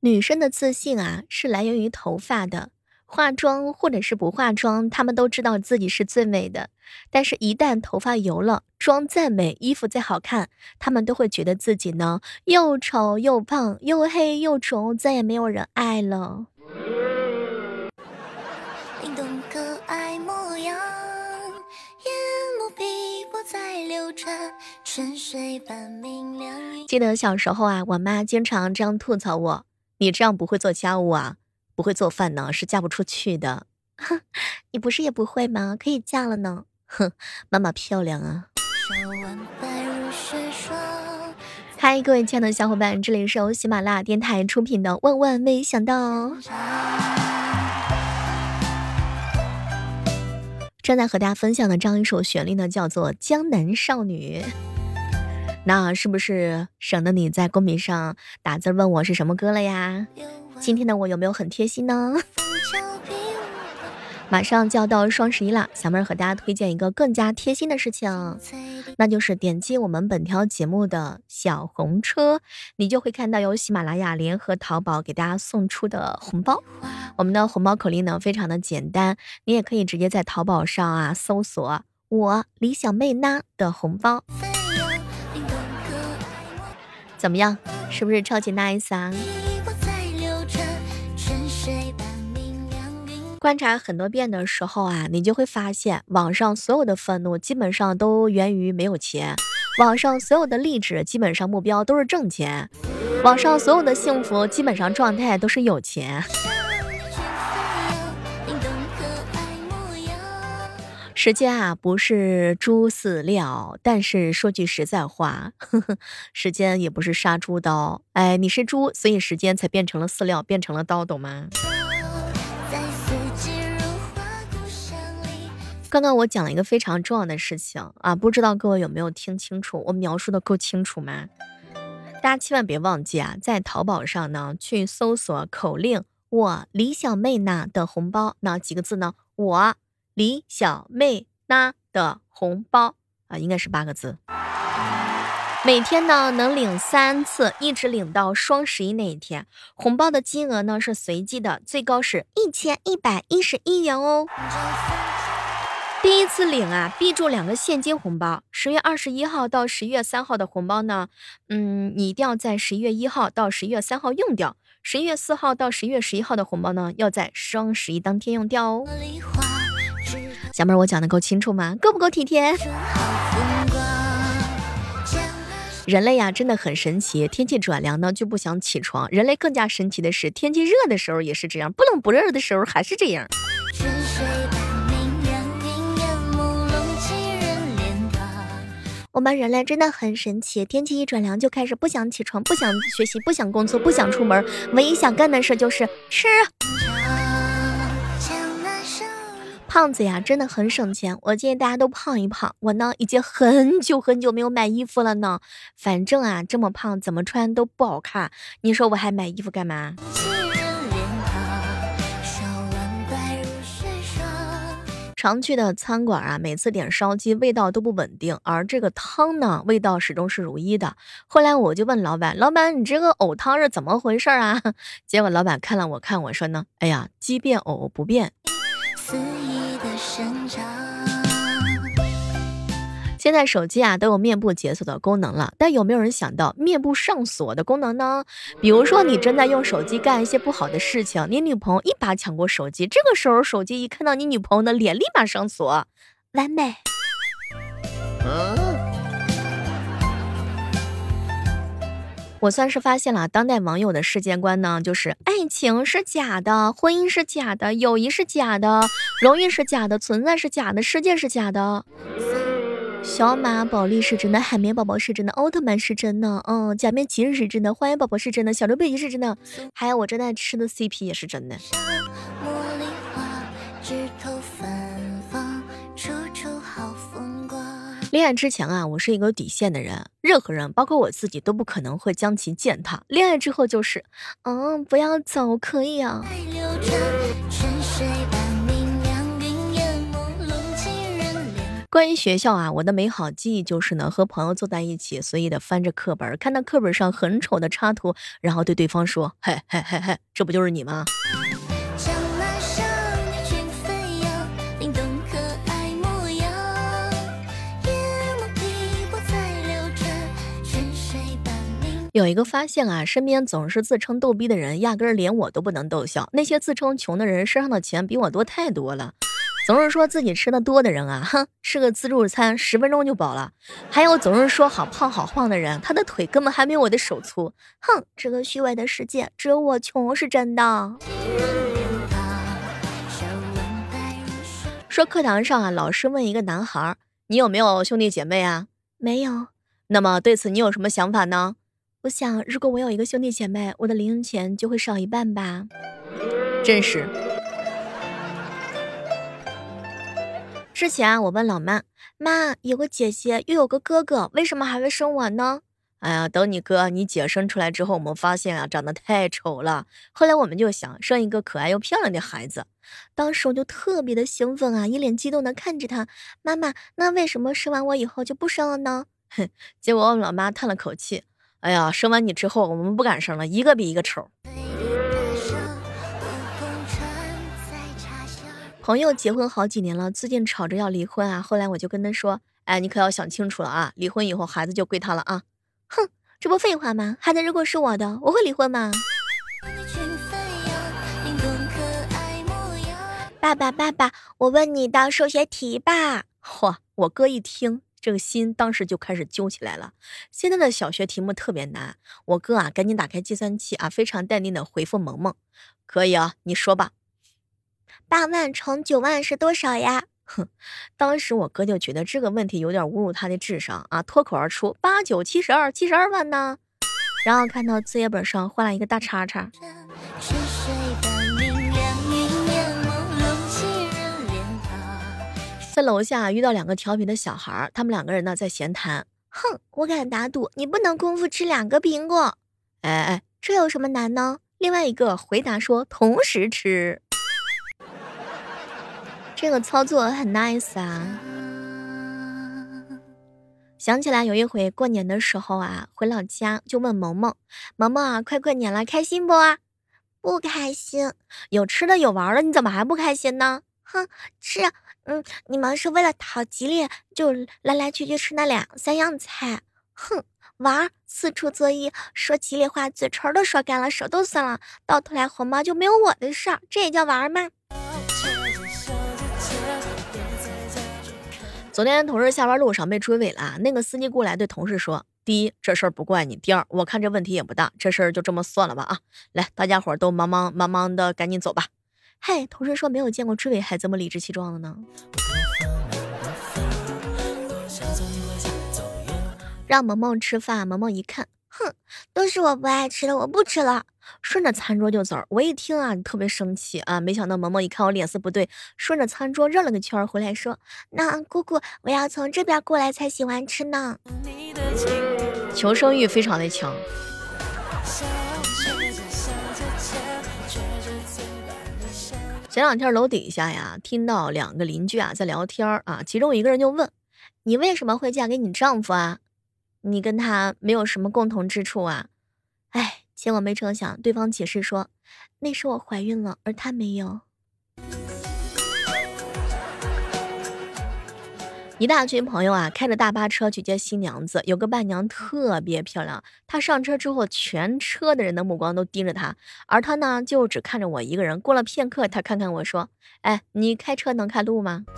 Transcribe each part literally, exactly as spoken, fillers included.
女生的自信啊，是来源于头发的。化妆或者是不化妆，她们都知道自己是最美的。但是，一旦头发油了，妆再美，衣服再好看，她们都会觉得自己呢又丑又胖，又黑又肿，再也没有人爱了。灵动可爱模样，眼眸碧波在流转，春水般明亮。记得小时候啊，我妈经常这样吐槽我：你这样不会做家务啊，不会做饭呢，是嫁不出去的。哼，你不是也不会吗？可以嫁了呢。哼，妈妈漂亮啊。嗨，各位亲爱的小伙伴，这里是由喜马拉雅电台出品的《万万没想到》。正在和大家分享的这样一首旋律呢，叫做《江南少女》。那是不是省得你在公屏上打字问我是什么歌了呀？今天的我有没有很贴心呢？马上就要到双十一了，小妹儿和大家推荐一个更加贴心的事情，那就是点击我们本条节目的小红车，你就会看到由喜马拉雅联合淘宝给大家送出的红包。我们的红包口令呢非常的简单，你也可以直接在淘宝上啊搜索我李小妹呢的红包。怎么样，是不是超级 nice 啊？观察很多遍的时候啊，你就会发现网上所有的愤怒基本上都源于没有钱，网上所有的励志基本上目标都是挣钱，网上所有的幸福基本上状态都是有钱。时间啊不是猪饲料，但是说句实在话，呵呵，时间也不是杀猪刀。哎，你是猪，所以时间才变成了饲料，变成了刀，懂吗？刚刚我讲了一个非常重要的事情啊，不知道各位有没有听清楚？我描述的够清楚吗？大家千万别忘记啊，在淘宝上呢去搜索口令我李小妹呢的红包，那几个字呢？我李小妹呢的红包啊，应该是八个字。每天呢能领三次，一直领到双十一那一天。红包的金额呢是随机的，最高是一千一百一十一元哦。第一次领啊，必中两个现金红包。十月二十一号到十月三号的红包呢，嗯，你一定要在十一月一号到十一月三号用掉。十一月四号到十一月十一号的红包呢，要在双十一当天用掉哦。小妹儿，我讲的够清楚吗？够不够体贴？人类呀，真的很神奇。天气转凉呢，就不想起床。人类更加神奇的是，天气热的时候也是这样，不冷不热的时候还是这样。我们人类真的很神奇，天气一转凉就开始不想起床，不想学习，不想工作，不想出门，唯一想干的事就是吃。胖子呀，真的很省钱，我建议大家都胖一胖。我呢，已经很久很久没有买衣服了呢，反正啊，这么胖怎么穿都不好看，你说我还买衣服干嘛？常去的餐馆啊，每次点烧鸡味道都不稳定，而这个汤呢，味道始终是如一的。后来我就问老板，老板你这个藕汤是怎么回事啊？结果老板看了我看我说呢，哎呀，鸡变藕不变。现在手机啊都有面部解锁的功能了，但有没有人想到面部上锁的功能呢？比如说你正在用手机干一些不好的事情，你女朋友一把抢过手机，这个时候手机一看到你女朋友的脸立马上锁，完美。我算是发现了当代网友的世界观呢，就是爱情是假的，婚姻是假的，友谊是假的，荣誉是假的，存在是假的，世界是假的。小马宝莉是真的，海绵宝宝是真的，奥特曼是真的，嗯，假面骑士是真的，花园宝宝是真的，小猪佩奇是真的，还有我正在吃的 C P 也是真的。恋爱之前啊，我是一个有底线的人，任何人包括我自己都不可能会将其践踏。恋爱之后就是嗯，不要走可以啊。 关于学校啊，我的美好记忆就是呢，和朋友坐在一起，随意的翻着课本，看到课本上很丑的插图，然后对对方说：嘿嘿嘿嘿，这不就是你吗？有一个发现啊，身边总是自称逗逼的人，压根儿连我都不能逗笑。那些自称穷的人，身上的钱比我多太多了。总是说自己吃的多的人啊，哼，吃个自助餐十分钟就饱了。还有总是说好胖好晃的人，他的腿根本还没有我的手粗。哼，这个虚伪的世界，只有我穷是真的。说课堂上啊，老师问一个男孩，你有没有兄弟姐妹啊？没有。那么对此你有什么想法呢？我想，如果我有一个兄弟姐妹，我的零用钱就会少一半吧。真是。之前啊，我问老妈，妈，有个姐姐又有个哥哥，为什么还会生我呢？哎呀，等你哥你姐生出来之后，我们发现啊，长得太丑了。后来我们就想生一个可爱又漂亮的孩子。当时我就特别的兴奋啊，一脸激动的看着他，妈妈，那为什么生完我以后就不生了呢？哼，结果我老妈叹了口气，哎呀，生完你之后，我们不敢生了，一个比一个丑。朋友结婚好几年了，最近吵着要离婚啊。后来我就跟他说，哎，你可要想清楚了啊，离婚以后孩子就归他了啊。哼，这不废话吗？孩子如果是我的，我会离婚吗？爸爸爸爸，我问你道数学题吧。嚯，我哥一听，这个心当时就开始揪起来了。现在的小学题目特别难，我哥啊赶紧打开计算器啊，非常淡定的回复萌萌，可以啊，你说吧。八万乘九万是多少呀？哼，当时我哥就觉得这个问题有点侮辱他的智商啊，脱口而出八九七十二，七十二万呢。然后看到作业本上画了一个大叉叉。在楼下遇到两个调皮的小孩，他们两个人呢在闲谈。哼，我敢打赌你不能空腹吃两个苹果。哎哎，这有什么难呢？另外一个回答说同时吃。这个操作很 nice 啊。想起来有一回过年的时候啊，回老家就问萌萌，萌萌啊，快过年了，开心不啊？不开心。有吃的有玩的，你怎么还不开心呢？哼，是，嗯，你们是为了讨吉利，就来来去去吃那两三样菜。哼，玩，四处作揖，说吉利话，嘴唇都说干了，手都酸了，到头来红包就没有我的事儿，这也叫玩吗？昨天同事下班路上被追尾了，那个司机过来对同事说，第一，这事儿不怪你，第二，我看这问题也不大，这事儿就这么算了吧啊！来，大家伙都忙忙忙忙的赶紧走吧。嘿，同事说没有见过追尾还这么理直气壮的呢。让萌萌吃饭，萌萌一看，哼，都是我不爱吃的，我不吃了，顺着餐桌就走。我一听啊，特别生气啊，没想到萌萌一看我脸色不对，顺着餐桌绕了个圈回来说，那姑姑，我要从这边过来才喜欢吃呢。求生欲非常的强。前两天楼底下呀，听到两个邻居啊在聊天啊，其中一个人就问，你为什么会嫁给你丈夫啊？你跟他没有什么共同之处啊？哎，结果没成想，对方解释说，那时我怀孕了，而他没有。一大群朋友啊，开着大巴车去接新娘子，有个伴娘特别漂亮，她上车之后，全车的人的目光都盯着她，而她呢，就只看着我一个人。过了片刻，她看看我说，哎，你开车能看路吗？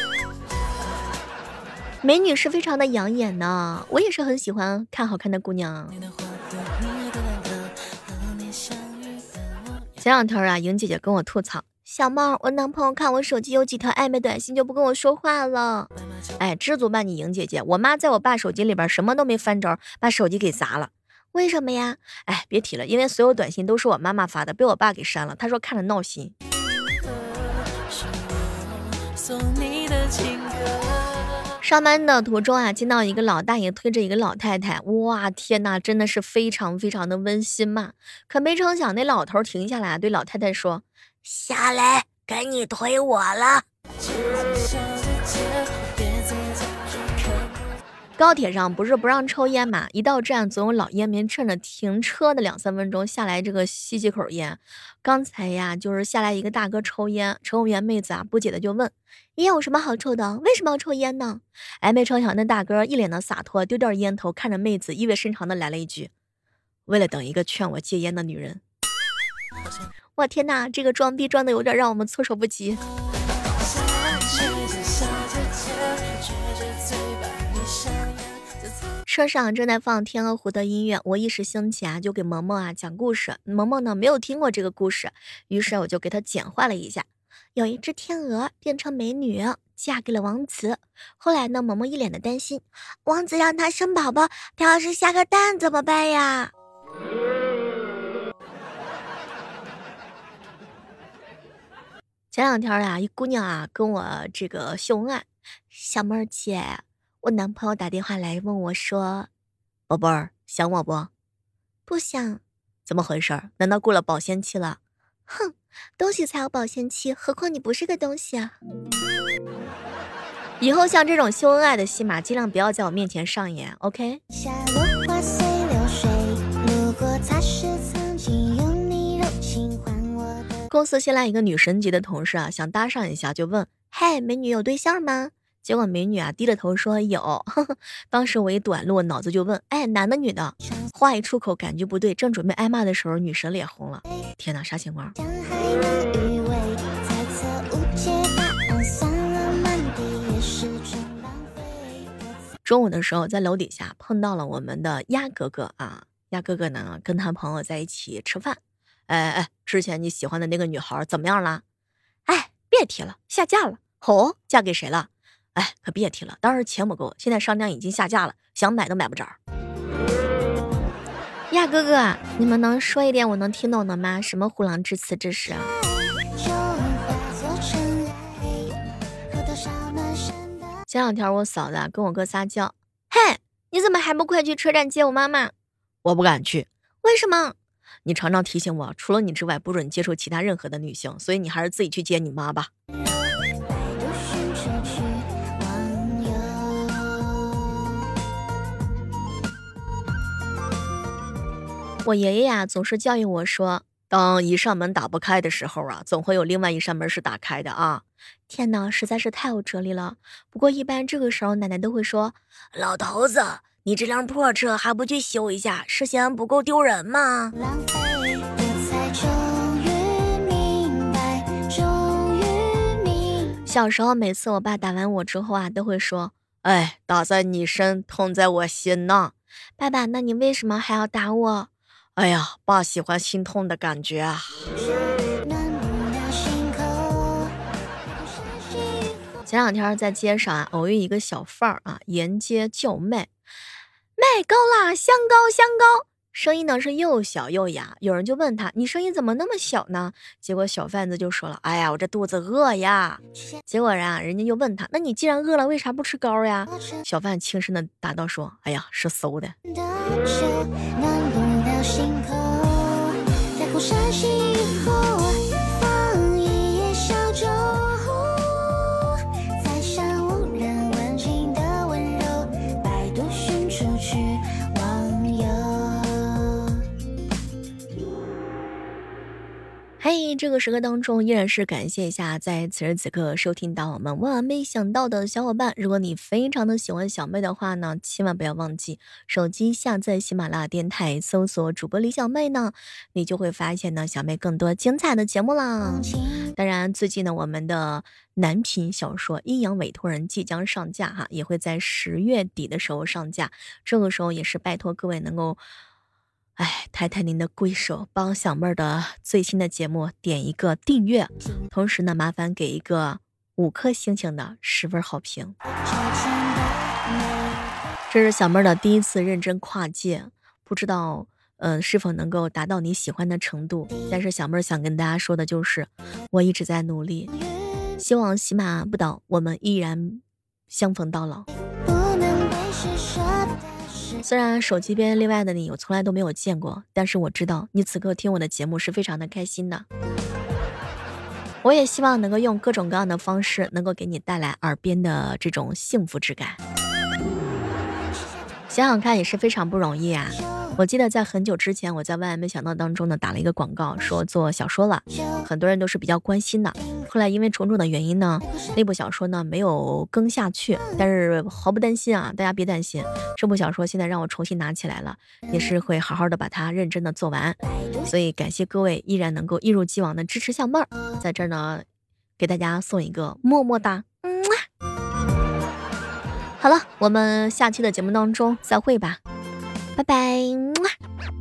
美女是非常的养眼呢，我也是很喜欢看好看的姑娘。前两天啊，莹姐姐跟我吐槽，小猫，我男朋友看我手机有几条暧昧短信就不跟我说话了。哎，知足吧你莹姐姐，我妈在我爸手机里边什么都没翻着，把手机给砸了。为什么呀？哎，别提了，因为所有短信都是我妈妈发的，被我爸给删了，他说看着闹心。上班的途中啊，见到一个老大爷推着一个老太太，哇天哪，真的是非常非常的温馨嘛。可没成想那老头停下来对老太太说，下来，该你推我了。 高铁上不是不让抽烟嘛，一到站总有老烟民趁着停车的两三分钟下来这个吸几口烟。刚才呀就是下来一个大哥抽烟，乘务员妹子啊不解的就问，烟有什么好抽的，为什么要抽烟呢？哎，没成想那大哥一脸的洒脱，丢掉烟头看着妹子意味深长的来了一句，为了等一个劝我戒烟的女人。我天哪，这个装逼装的有点让我们措手不及。车上正在放天鹅湖的音乐，我一时兴起啊，就给萌萌啊讲故事。萌萌呢没有听过这个故事，于是我就给他简化了一下。有一只天鹅变成美女，嫁给了王子。后来呢，萌萌一脸的担心，王子让她生宝宝，她要是下个蛋怎么办呀？前两天啊，一姑娘啊跟我这个秀恩爱，小妹儿姐，我男朋友打电话来问我说，宝贝儿想我不？不想。怎么回事？难道过了保鲜期了？哼，东西才有保鲜期，何况你不是个东西啊。以后像这种秀恩爱的戏码尽量不要在我面前上演 OK。 下落花随流水，如果他是曾经有你柔情还我的。公司新来一个女神级的同事啊，想搭讪一下就问，嘿美女有对象吗？结果美女啊低着头说有。呵呵，当时我一短路脑子就问，哎男的女的？话一出口感觉不对，正准备挨骂的时候女神脸红了。天哪，啥情况？中午的时候在楼底下碰到了我们的鸭哥哥啊，鸭哥哥呢跟他朋友在一起吃饭。哎哎，之前你喜欢的那个女孩怎么样了？哎别提了，下架了。哦，嫁给谁了？哎，可别提了，当时钱不够，现在商量已经下架了，想买都买不着。呀，哥哥，你们能说一点我能听懂的吗？什么虎狼之词这是？前两天我嫂子跟我哥撒娇，嘿，你怎么还不快去车站接我妈妈？我不敢去。为什么？你常常提醒我，除了你之外不准接触其他任何的女性，所以你还是自己去接你妈吧。我爷爷呀总是教育我说，当一扇门打不开的时候啊，总会有另外一扇门是打开的啊。天哪，实在是太有哲理了。不过一般这个时候奶奶都会说，老头子，你这辆破车还不去修一下，是嫌不够丢人吗？小时候每次我爸打完我之后啊，都会说，哎，打在你身，痛在我心呐。爸爸，那你为什么还要打我？哎呀，爸喜欢心痛的感觉啊。前两天在街上啊，偶遇一个小贩儿啊，沿街叫卖，卖高啦，香膏香膏，声音呢是又小又哑。有人就问他，你声音怎么那么小呢？结果小贩子就说了，哎呀，我这肚子饿呀。结果人啊，人家就问他，那你既然饿了，为啥不吃膏呀？小贩轻声的答道说，哎呀，是馊的。嘿，这个时刻当中依然是感谢一下在此时此刻收听到我们万万没想到的小伙伴。如果你非常的喜欢小妹的话呢，千万不要忘记手机下载喜马拉雅电台，搜索主播李小妹呢，你就会发现呢小妹更多精彩的节目啦。当然最近呢我们的男频小说《阴阳委托人》即将上架哈，也会在十月底的时候上架。这个时候也是拜托各位能够哎，抬抬您的贵手，帮小妹儿的最新的节目点一个订阅，同时呢，麻烦给一个五颗星星的十分好评。这是小妹儿的第一次认真跨界，不知道嗯、呃、是否能够达到你喜欢的程度。但是小妹儿想跟大家说的就是，我一直在努力，希望喜马不倒，我们依然相逢到老。虽然手机边另外的你我从来都没有见过，但是我知道你此刻听我的节目是非常的开心的。我也希望能够用各种各样的方式能够给你带来耳边的这种幸福之感。 想想看也是非常不容易啊。我记得在很久之前，我在万万没想到当中呢打了一个广告，说做小说了，很多人都是比较关心的。后来因为种种的原因呢，那部小说呢没有更下去，但是毫不担心啊，大家别担心，这部小说现在让我重新拿起来了，也是会好好的把它认真的做完。所以感谢各位依然能够一如既往的支持小妹儿，在这儿呢给大家送一个么么哒。嗯好了，我们下期的节目当中再会吧，拜拜。